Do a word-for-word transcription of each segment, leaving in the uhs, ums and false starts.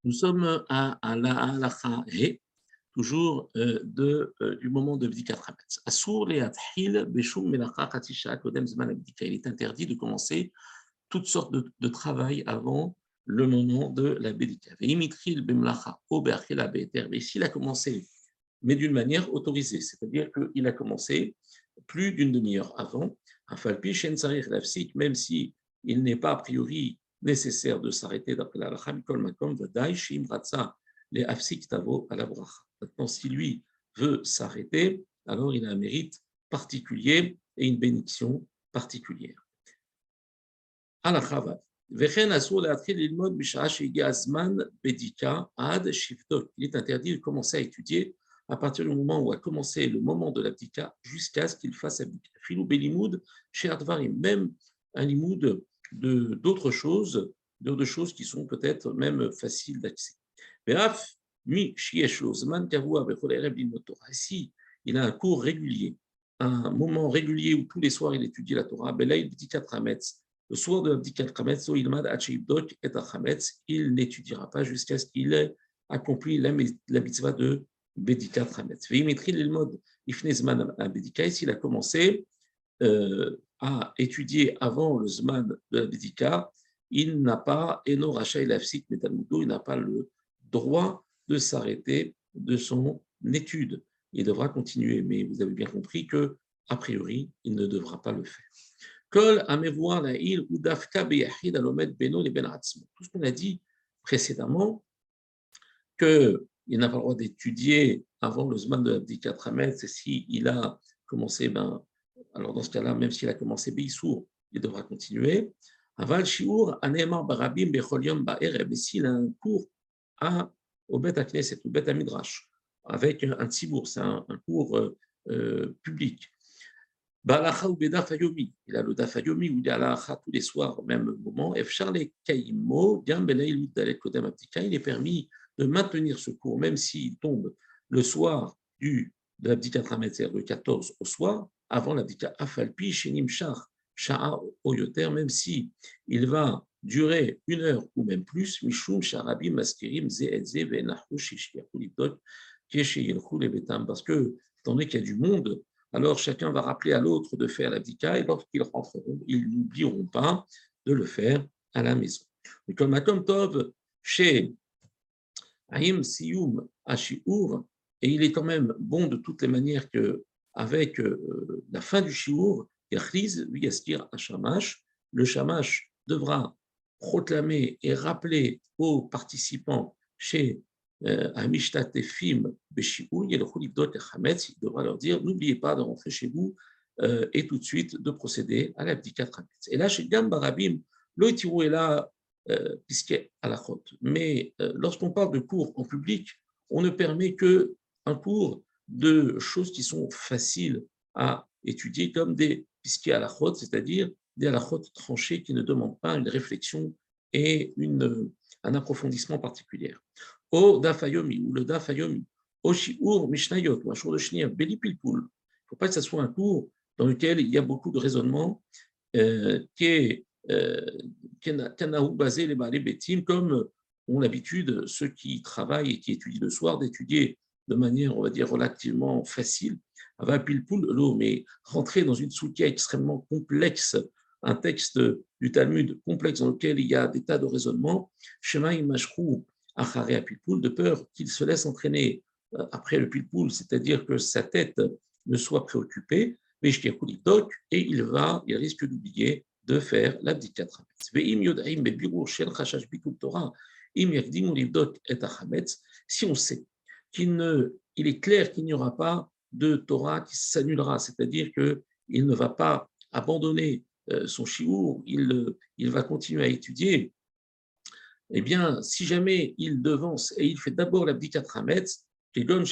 Nous sommes à, à la halacha He, toujours euh, de, euh, du moment de Bdikat Hametz. Assour le athil beshum melacha chati sha'a kodem zman habdika. Il est interdit de commencer toutes sortes de, de travail avant le moment de la Bdika. Veimitril bemlacha o be'achila be'eter. Mais s'il a commencé, mais d'une manière autorisée, c'est-à-dire qu'il a commencé plus d'une demi-heure avant, afalpi shen tzarich lafsik, même si il n'est pas a priori nécessaire de s'arrêter d'après la halakha, mikol makom vadaï shim ratza le afsik tavo à la bracha. Maintenant, si lui veut s'arrêter, alors il a un mérite particulier et une bénédiction particulière. Halakha vav. Vechen asur le'atchil lilmod b'sha'a she'higia azman bedika ad shivtot. Il est interdit de commencer à étudier à partir du moment où a commencé le moment de l'abdika jusqu'à ce qu'il fasse abdika. Filou belimoud she'advarim, même un limoud de d'autres choses, d'autres choses qui sont peut-être même faciles d'accès. Ve'af mi sheyesh lo zman kavua bechol erev lilmod Torah. Si il a un cours régulier, un moment régulier où tous les soirs il étudie la Torah, belaïd bdikat hametz. Le soir de l'abdikat Hametz, il n'étudiera pas jusqu'à ce qu'il ait accompli la, la mitzvah de Bedikat Hametz. S'il a commencé euh, à étudier avant le Zman de la Bedika, il n'a pas, Eno Racha Lafsik Metalmudo, il n'a pas le droit de s'arrêter de son étude. Il devra continuer, mais vous avez bien compris que, a priori, il ne devra pas le faire. Tout ce qu'on a dit précédemment, qu'il n'a pas le droit d'étudier avant le Zman de l'Abdikat Hametz, et s'il a commencé, ben, alors dans ce cas-là, même s'il a commencé Beissour, il devra continuer. Aval Shiur, Aneemar Barabim, Bechol Yom Ba'erev, et s'il a un cours à, au Bet HaKnesset, au Bet HaMidrash, avec un tzibour, c'est un, un cours euh, public. Balacha ou Bedaf Ayomi, il a le Daf Ayomi où il y a la tous les soirs au même moment. Efchar le Kaimo, bien Belaïl Dalet Kodem Abdika, il est permis de maintenir ce cours, même s'il tombe le soir du, de l'Abdika Tramet, c'est-à-dire le quatorze au soir, avant l'Abdika Afalpi, Shenim Shach, Sha'a Oyoter, même si il va durer une heure ou même plus, Mishum Sharabim Maskerim Ze'edze Ve'nahu Shishyahu Libdot, Keshe Yelchou Lebetam, parce que, étant donné qu'il y a du monde, alors chacun va rappeler à l'autre de faire l'abdika et lorsqu'ils rentreront, ils n'oublieront pas de le faire à la maison. Mais comme Makom Tov, chez Haïm Siyum Ashiur, et il est quand même bon de toutes les manières qu'avec euh, la fin du Shiur, Yachliz, Yaskir Hashamash, le Shamash devra proclamer et rappeler aux participants chez Amishtat Efim Beshiou, il devra leur dire n'oubliez pas de rentrer chez vous euh, et tout de suite de procéder à l'abdikat Hametz. Et là, chez Gam Barabim, l'Oitiru est là, puisqu'est à la chôte. Mais euh, lorsqu'on parle de cours en public, on ne permet qu'un cours de choses qui sont faciles à étudier, comme des pisquets à la chôte, c'est-à-dire des à la chôte tranchés qui ne demandent pas une réflexion et une, un approfondissement particulier. Au Dafayomi, ou le Dafayomi, au Shiur Mishnayot, ou un jour de Shnia, Beli Pilpoul. Il ne faut pas que ce soit un cours dans lequel il y a beaucoup de raisonnement, euh, qui est Kanaou basé les balais bétim, comme ont l'habitude ceux qui travaillent et qui étudient le soir d'étudier de manière, on va dire, relativement facile. Ava Pilpoul, l'eau, mais rentrer dans une soukia extrêmement complexe, un texte du Talmud complexe dans lequel il y a des tas de raisonnements, Shema Imashru, Acharé à Pilpoul, de peur qu'il se laisse entraîner après le Pilpoul, c'est-à-dire que sa tête ne soit préoccupée, mais et il va, il risque d'oublier de faire l'abdikat Hametz. Si on sait qu'il ne, il est clair qu'il n'y aura pas de Torah qui s'annulera, c'est-à-dire qu'il ne va pas abandonner son shiur, il, il va continuer à étudier. Eh bien, si jamais il devance et il fait d'abord l'abdikat Hametz, et que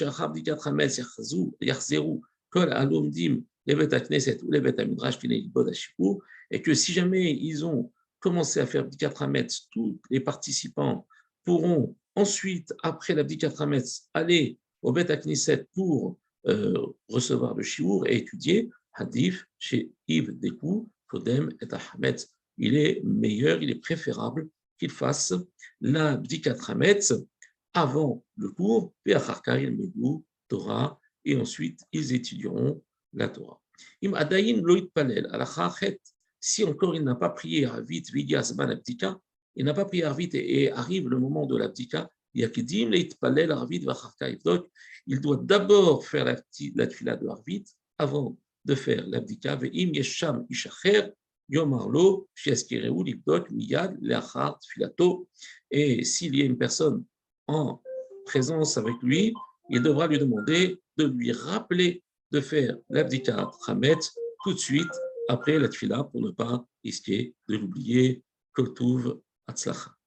si jamais ils ont commencé à faire l'abdikat Hametz, tous les participants pourront ensuite, après l'abdikat Hametz, aller au Bet HaKnesset pour euh, recevoir le shiur et étudier Hadif chez Yves Dekou, Kodem et Hametz. Il est meilleur, il est préférable qu'il fasse la Bdikat Hametz avant le cours, puis Acharka Yilmedou Torah, et ensuite ils étudieront la Torah. Im Adayin lo Itpalel al Acharchet, si encore il n'a pas prié Arvit Vidia Zman Abdika, il n'a pas prié Arvit et, et arrive le moment de l'Abdika, Yakidim le Itpalel Arvit Vacharka Ivdok, il doit d'abord faire la, la tfila de Arvit avant de faire l'Abdika, Ve'im Yesham Ishacher, Yomarlo, Shiaskireu, Libdok, Miyad, Leachar, Tfilato, et s'il y a une personne en présence avec lui, il devra lui demander de lui rappeler de faire l'Abdika Hametz tout de suite après la tfila pour ne pas risquer de l'oublier. Kol Tuv, Hatzlacha.